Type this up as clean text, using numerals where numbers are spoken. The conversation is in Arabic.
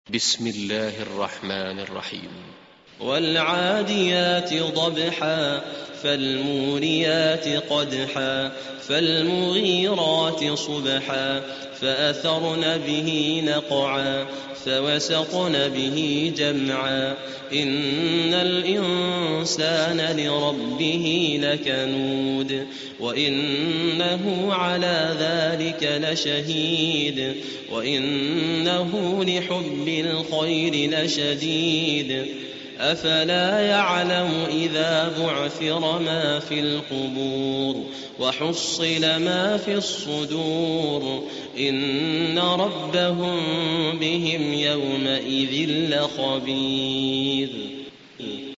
بسم الله الرحمن الرحيم. والعاديات ضبحا فالموريات قدحا فالمغيرات صبحا فأثرن به نقعا فوسطن به جمعا إن الإنسان لربه لكنود وإنه على ذلك لشهيد وإنه لحب الخير لشديد أفلا يعلم إذا بعثر ما في القبور وحصل ما في الصدور إن ربهم بهم يومئذ لخبير.